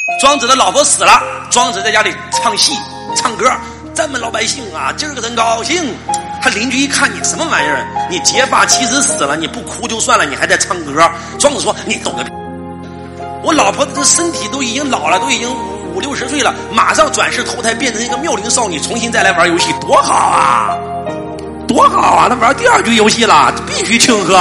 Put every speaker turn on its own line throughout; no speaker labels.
庄子的老婆死了，庄子在家里唱戏唱歌，咱们老百姓啊今儿个真高兴。他邻居一看，你什么玩意儿，你结发妻子死了，你不哭就算了，你还在唱歌。庄子说，你懂个屁，我老婆的身体都已经老了，都已经50、60岁了，马上转世投胎变成一个妙龄少女，重新再来玩游戏，多好啊多好啊，他玩第2局游戏了，必须庆贺。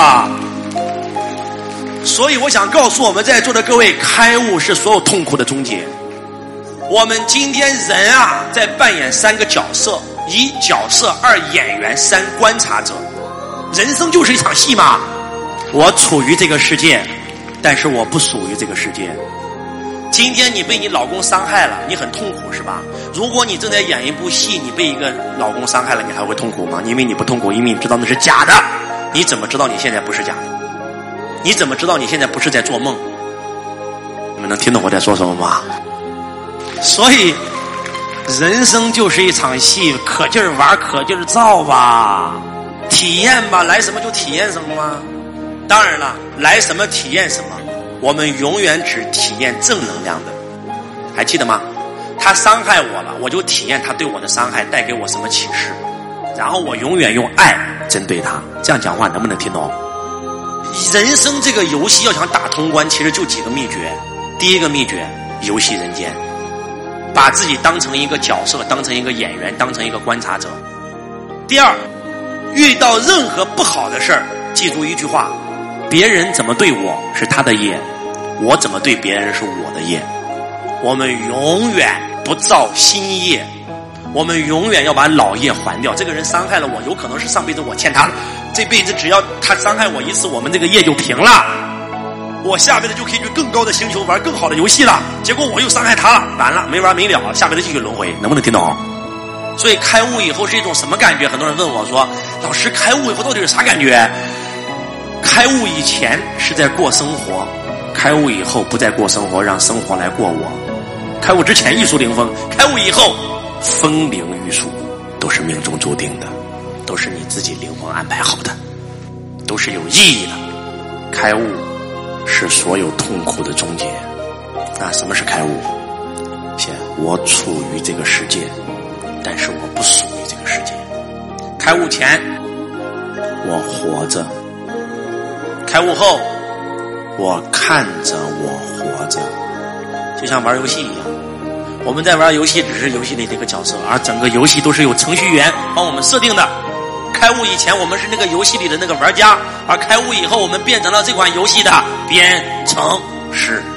所以我想告诉我们在座的各位，开悟是所有痛苦的终结。我们今天人啊在扮演3个角色：1角色，2演员，3观察者。人生就是一场戏嘛，我处于这个世界，但是我不属于这个世界。今天你被你老公伤害了，你很痛苦是吧？如果你正在演一部戏，你被一个老公伤害了，你还会痛苦吗？因为你不痛苦，因为你知道那是假的。你怎么知道你现在不是假的？你怎么知道你现在不是在做梦？你们能听懂我在说什么吗？所以人生就是一场戏，可劲儿玩，可劲儿造吧，体验吧，来什么就体验什么吗？当然了，来什么体验什么，我们永远只体验正能量的。还记得吗？他伤害我了，我就体验他对我的伤害带给我什么启示，然后我永远用爱针对他。这样讲话能不能听懂？人生这个游戏要想打通关，其实就几个秘诀。第一个秘诀，游戏人间，把自己当成一个角色，当成一个演员，当成一个观察者。第二，遇到任何不好的事儿，记住一句话，别人怎么对我是他的业，我怎么对别人是我的业。我们永远不造新业，我们永远要把老业还掉。这个人伤害了我，有可能是上辈子我欠他的，这辈子只要他伤害我一次，我们这个业就平了，我下辈子就可以去更高的星球玩更好的游戏了。结果我又伤害他了，完了没完没了，下辈子继续轮回，能不能听懂？所以开悟以后是一种什么感觉？很多人问我说，老师开悟以后到底是啥感觉？开悟以前是在过生活，开悟以后不再过生活，让生活来过我。开悟之前玉树临风，开悟以后风铃玉树，都是命中注定的，都是你自己灵魂安排好的，都是有意义的。开悟是所有痛苦的终结。那什么是开悟？先，我处于这个世界，但是我不属于这个世界。开悟前，我活着；开悟后，我看着我活着。就像玩游戏一样，我们在玩游戏只是游戏里的一个角色，而整个游戏都是有程序员帮我们设定的。开悟以前我们是那个游戏里的那个玩家，而开悟以后我们变成了这款游戏的编程师。